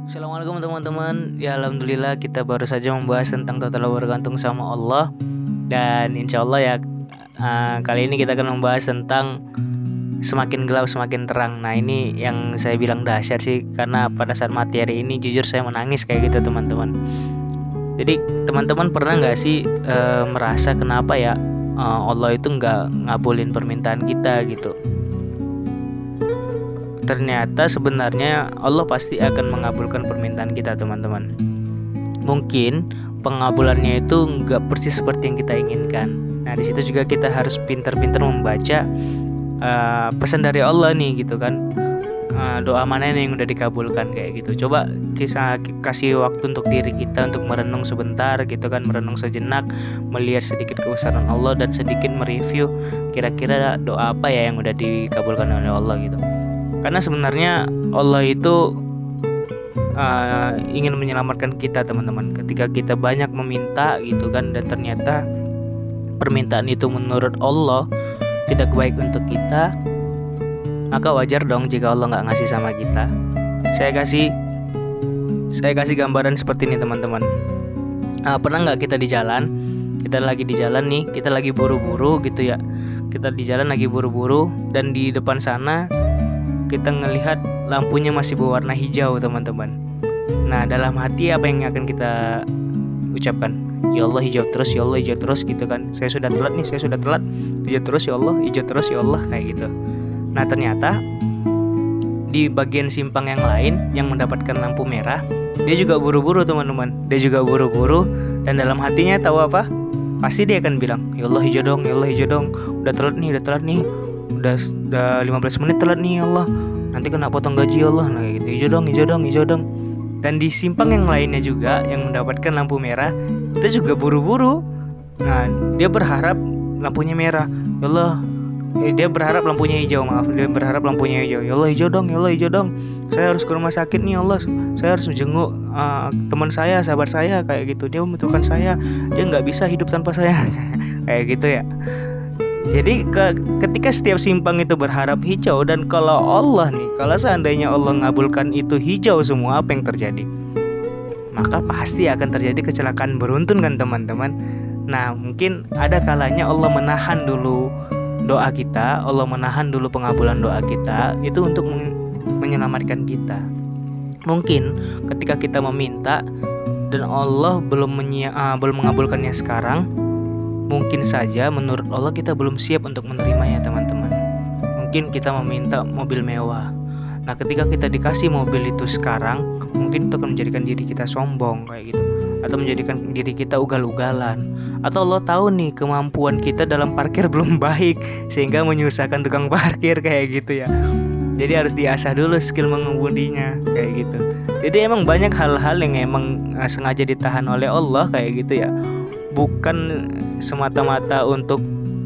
Assalamualaikum teman-teman. Ya alhamdulillah kita baru saja membahas tentang total bergantung sama Allah. Dan insya Allah ya kali ini kita akan membahas tentang semakin gelap semakin terang. Nah ini yang saya bilang dahsyat sih, karena pada saat materi ini jujur saya menangis kayak gitu teman-teman. Jadi teman-teman pernah nggak sih merasa kenapa ya Allah itu nggak ngabulin permintaan kita gitu? Ternyata sebenarnya Allah pasti akan mengabulkan permintaan kita teman-teman. Mungkin pengabulannya itu nggak persis seperti yang kita inginkan. Nah di situ juga kita harus pintar-pintar membaca pesan dari Allah nih gitu kan. Doa mana yang udah dikabulkan kayak gitu. Coba kita kasih waktu untuk diri kita untuk merenung sebentar gitu kan, merenung sejenak, melihat sedikit kebesaran Allah dan sedikit mereview kira-kira doa apa ya yang udah dikabulkan oleh Allah gitu. Karena sebenarnya Allah itu ingin menyelamatkan kita teman-teman. Ketika kita banyak meminta gitu kan, dan ternyata permintaan itu menurut Allah tidak baik untuk kita, maka wajar dong jika Allah nggak ngasih sama kita. Saya kasih gambaran seperti ini teman-teman. Pernah nggak kita di jalan, kita lagi di jalan nih, kita lagi buru-buru gitu ya. Kita di jalan lagi buru-buru dan di depan sana kita ngelihat lampunya masih berwarna hijau teman-teman. Nah dalam hati apa yang akan kita ucapkan? Ya Allah hijau terus, ya Allah hijau terus gitu kan. Saya sudah telat nih, saya sudah telat. Hijau terus ya Allah, hijau terus ya Allah kayak gitu. Nah ternyata di bagian simpang yang lain yang mendapatkan lampu merah, dia juga buru-buru teman-teman. Dia juga buru-buru dan dalam hatinya tahu apa? Pasti dia akan bilang, ya Allah hijau dong, ya Allah hijau dong. Udah telat nih. Udah 15 menit telat nih ya Allah, nanti kena potong gaji ya Allah. Nah kayak gitu, hijau dong. Dan di simpang yang lainnya juga yang mendapatkan lampu merah, itu juga buru-buru. Nah dia berharap lampunya merah, ya Allah. Dia berharap lampunya hijau, dia berharap lampunya hijau. Ya Allah hijau dong. Saya harus ke rumah sakit nih ya Allah. Saya harus menjenguk teman saya, sahabat saya kayak gitu. Dia membutuhkan saya, dia nggak bisa hidup tanpa saya kayak gitu ya. Jadi ketika setiap simpang itu berharap hijau, dan kalau seandainya Allah ngabulkan itu hijau semua, apa yang terjadi? Maka pasti akan terjadi kecelakaan beruntun kan teman-teman. Nah mungkin ada kalanya Allah menahan dulu doa kita, Allah menahan dulu pengabulan doa kita itu untuk menyelamatkan kita. Mungkin ketika kita meminta dan Allah belum mengabulkannya sekarang, mungkin saja menurut Allah kita belum siap untuk menerimanya teman-teman. Mungkin kita meminta mobil mewah. Nah ketika kita dikasih mobil itu sekarang, mungkin itu akan menjadikan diri kita sombong kayak gitu, atau menjadikan diri kita ugal-ugalan. Atau Allah tahu nih kemampuan kita dalam parkir belum baik, sehingga menyusahkan tukang parkir kayak gitu ya. Jadi harus diasah dulu skill mengemudinya kayak gitu. Jadi emang banyak hal-hal yang emang sengaja ditahan oleh Allah kayak gitu ya. Bukan semata-mata untuk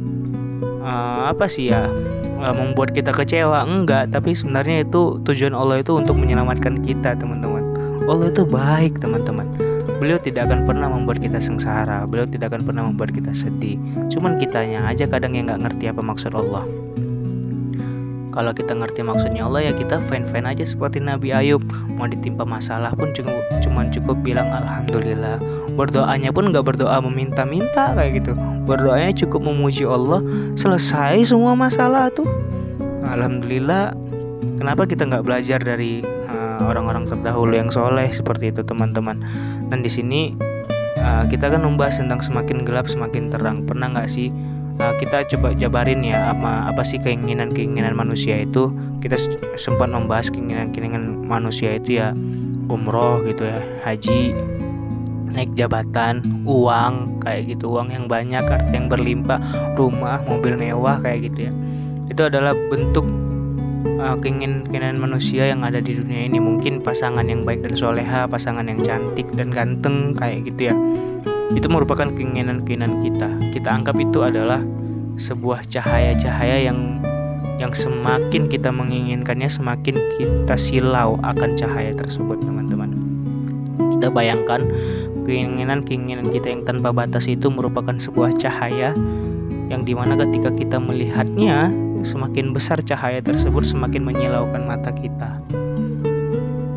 membuat kita kecewa, enggak. Tapi sebenarnya itu tujuan Allah itu untuk menyelamatkan kita teman-teman. Allah itu baik teman-teman. Beliau tidak akan pernah membuat kita sengsara, beliau tidak akan pernah membuat kita sedih. Cuman kitanya aja kadang yang nggak ngerti apa maksud Allah. Kalau kita ngerti maksudnya Allah ya kita fine-fine aja seperti Nabi Ayub. Mau ditimpa masalah pun cukup bilang alhamdulillah. Berdoanya pun gak berdoa meminta-minta kayak gitu. Berdoanya cukup memuji Allah, selesai semua masalah tuh. Alhamdulillah. Kenapa kita gak belajar dari orang-orang terdahulu yang soleh seperti itu teman-teman. Dan di sini kita kan membahas tentang semakin gelap semakin terang. Pernah gak sih kita coba jabarin ya apa sih keinginan manusia itu. Kita sempat membahas keinginan manusia itu ya umroh gitu ya, haji, naik jabatan, uang kayak gitu, uang yang banyak, harta yang berlimpah, rumah, mobil mewah kayak gitu ya. Itu adalah bentuk keinginan manusia yang ada di dunia ini. Mungkin pasangan yang baik dan soleha, pasangan yang cantik dan ganteng kayak gitu ya. Itu merupakan keinginan kita. Kita anggap itu adalah sebuah cahaya yang semakin kita menginginkannya, semakin kita silau akan cahaya tersebut teman-teman. Kita bayangkan keinginan kita yang tanpa batas itu merupakan sebuah cahaya yang dimana ketika kita melihatnya, semakin besar cahaya tersebut semakin menyilaukan mata kita.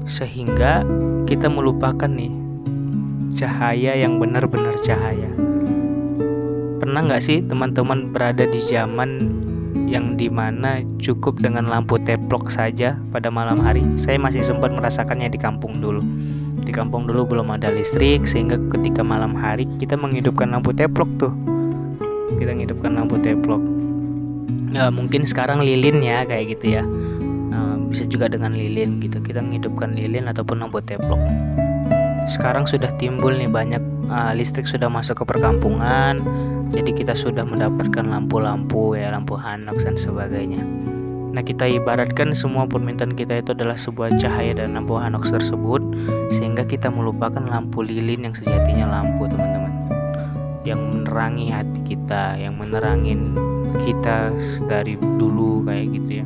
sehingga kita melupakan nih cahaya yang benar-benar cahaya. Pernah nggak sih teman-teman berada di zaman yang dimana cukup dengan lampu teplok saja pada malam hari? Saya masih sempat merasakannya di kampung dulu. Di kampung dulu belum ada listrik, sehingga ketika malam hari kita menghidupkan lampu teplok tuh. Kita menghidupkan lampu teplok. Mungkin sekarang lilin ya kayak gitu ya. Bisa juga dengan lilin gitu. Kita menghidupkan lilin ataupun lampu teplok. Sekarang sudah timbul nih banyak listrik sudah masuk ke perkampungan. Jadi kita sudah mendapatkan lampu-lampu ya, lampu hanox dan sebagainya. Nah, kita ibaratkan semua permintaan kita itu adalah sebuah cahaya dan lampu hanox tersebut, sehingga kita melupakan lampu lilin yang sejatinya lampu, teman-teman. Yang menerangi hati kita, yang menerangin kita dari dulu kayak gitu ya.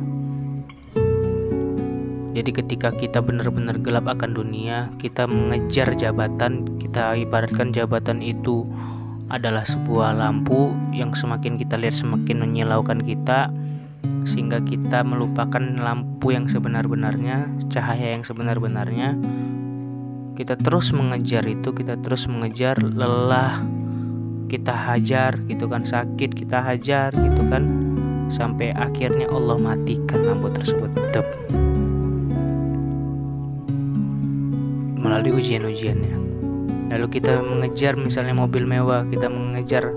Jadi ketika kita benar-benar gelap akan dunia, kita mengejar jabatan, kita ibaratkan jabatan itu adalah sebuah lampu yang semakin kita lihat semakin menyilaukan kita, sehingga kita melupakan lampu yang sebenar-benarnya, cahaya yang sebenar-benarnya. Kita terus mengejar itu, kita terus mengejar, lelah kita hajar gitu kan, sakit kita hajar gitu kan, sampai akhirnya Allah matikan lampu tersebut melalui ujian-ujiannya. Lalu kita mengejar misalnya mobil mewah, kita mengejar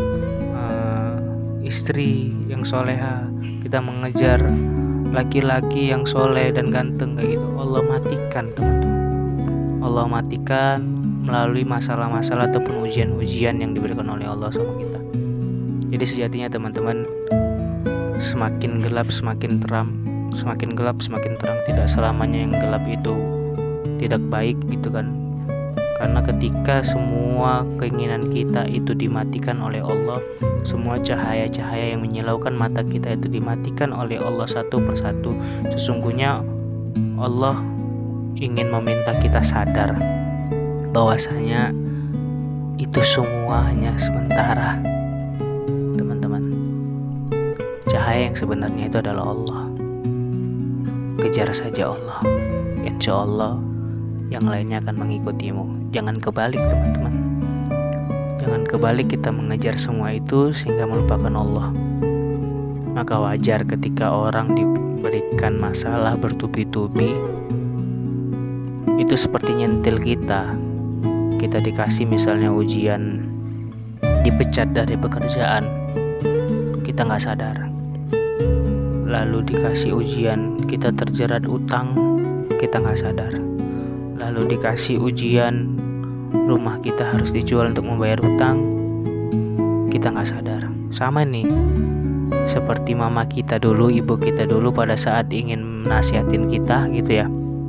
istri yang soleha, kita mengejar laki-laki yang soleh dan ganteng kayak gitu. Allah matikan, teman-teman. Allah matikan melalui masalah-masalah ataupun ujian-ujian yang diberikan oleh Allah sama kita. Jadi sejatinya teman-teman, semakin gelap semakin terang, semakin gelap semakin terang. Tidak selamanya yang gelap itu tidak baik gitu kan. Karena ketika semua keinginan kita itu dimatikan oleh Allah, semua cahaya-cahaya yang menyilaukan mata kita itu dimatikan oleh Allah satu persatu, sesungguhnya Allah ingin meminta kita sadar bahwasanya itu semua hanya sementara, teman-teman. Cahaya yang sebenarnya itu adalah Allah. Kejar saja Allah, insya Allah yang lainnya akan mengikutimu. Jangan kebalik, teman-teman. Jangan kebalik kita mengejar semua itu sehingga melupakan Allah. Maka wajar ketika orang diberikan masalah bertubi-tubi, itu seperti nyentil kita. Kita dikasih misalnya ujian, dipecat dari pekerjaan, kita gak sadar. Lalu dikasih ujian, kita terjerat utang, kita gak sadar. Lalu dikasih ujian, rumah kita harus dijual untuk membayar hutang, kita gak sadar. Sama nih, seperti mama kita dulu, ibu kita dulu pada saat ingin nasihatin kita gitu ya.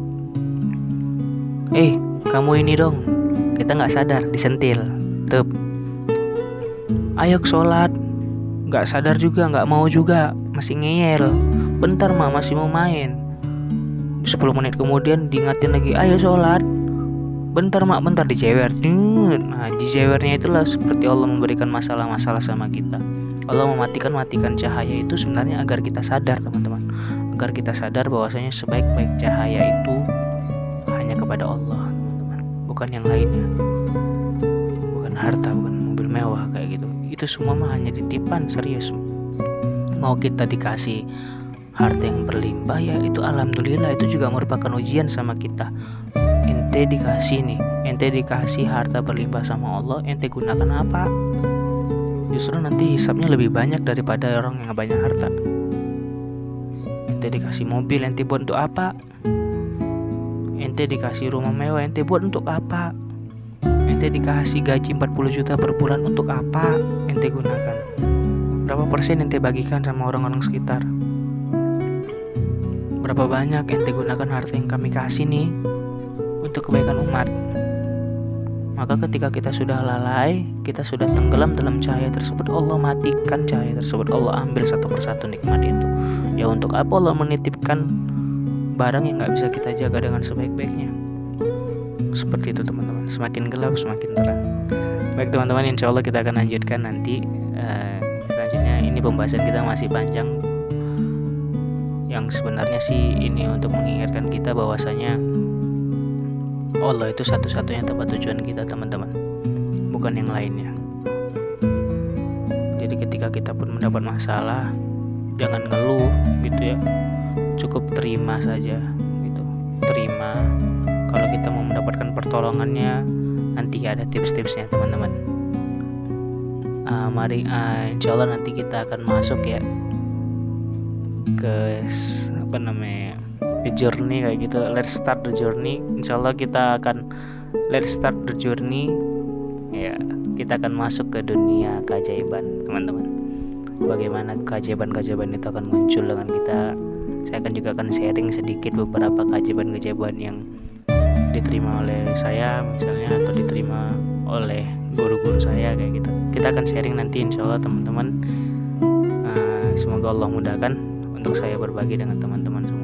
Kamu ini dong, kita gak sadar, disentil, tep. Ayo sholat, gak sadar juga, gak mau juga, masih ngeyel. Bentar mak, masih mau main. 10 menit kemudian diingatin lagi, ayo sholat. Bentar mak, bentar, dijewer. Nah, dijewernya itulah seperti Allah memberikan masalah-masalah sama kita. Allah matikan cahaya itu sebenarnya agar kita sadar, teman-teman. Agar kita sadar bahwasanya sebaik-baik cahaya itu hanya kepada Allah, teman-teman. Bukan yang lainnya. Bukan harta, bukan mobil mewah kayak gitu. Itu semua mah hanya titipan, serius. Mau kita dikasih harta yang berlimpah ya itu alhamdulillah, itu juga merupakan ujian sama kita. Ente dikasih nih, ente dikasih harta berlimpah sama Allah, ente gunakan apa? Justru nanti hisapnya lebih banyak daripada orang yang banyak harta. Ente dikasih mobil, ente buat untuk apa? Ente dikasih rumah mewah, ente buat untuk apa? Ente dikasih gaji 40 juta per bulan, untuk apa ente gunakan? Berapa persen ente bagikan sama orang-orang sekitar? Berapa banyak ente gunakan harta yang kami kasih nih untuk kebaikan umat? Maka ketika kita sudah lalai, kita sudah tenggelam dalam cahaya tersebut, Allah matikan cahaya tersebut, Allah ambil satu persatu nikmat itu. Ya untuk apa Allah menitipkan barang yang gak bisa kita jaga dengan sebaik-baiknya? Seperti itu teman-teman, semakin gelap semakin terang. Baik teman-teman, insya Allah kita akan lanjutkan nanti. Selanjutnya ini pembahasan kita masih panjang. Yang sebenarnya sih ini untuk mengingatkan kita bahwasanya Allah itu satu-satunya tempat tujuan kita teman-teman, bukan yang lainnya. Jadi ketika kita pun mendapat masalah, jangan ngeluh gitu ya, cukup terima saja gitu. Terima, kalau kita mau mendapatkan pertolongannya nanti ada tips-tipsnya teman-teman. Mari insya Allah nanti kita akan masuk ya ke ke journey kayak gitu. Let's start the journey. Insya Allah kita akan let's start the journey ya. Kita akan masuk ke dunia keajaiban teman-teman. Bagaimana keajaiban-keajaiban itu akan muncul dengan kita. Saya akan sharing sedikit beberapa keajaiban-keajaiban yang diterima oleh saya misalnya, atau diterima oleh guru-guru saya kayak gitu. Kita akan sharing nanti insya Allah teman-teman. Semoga Allah mudahkan untuk saya berbagi dengan teman-teman semua.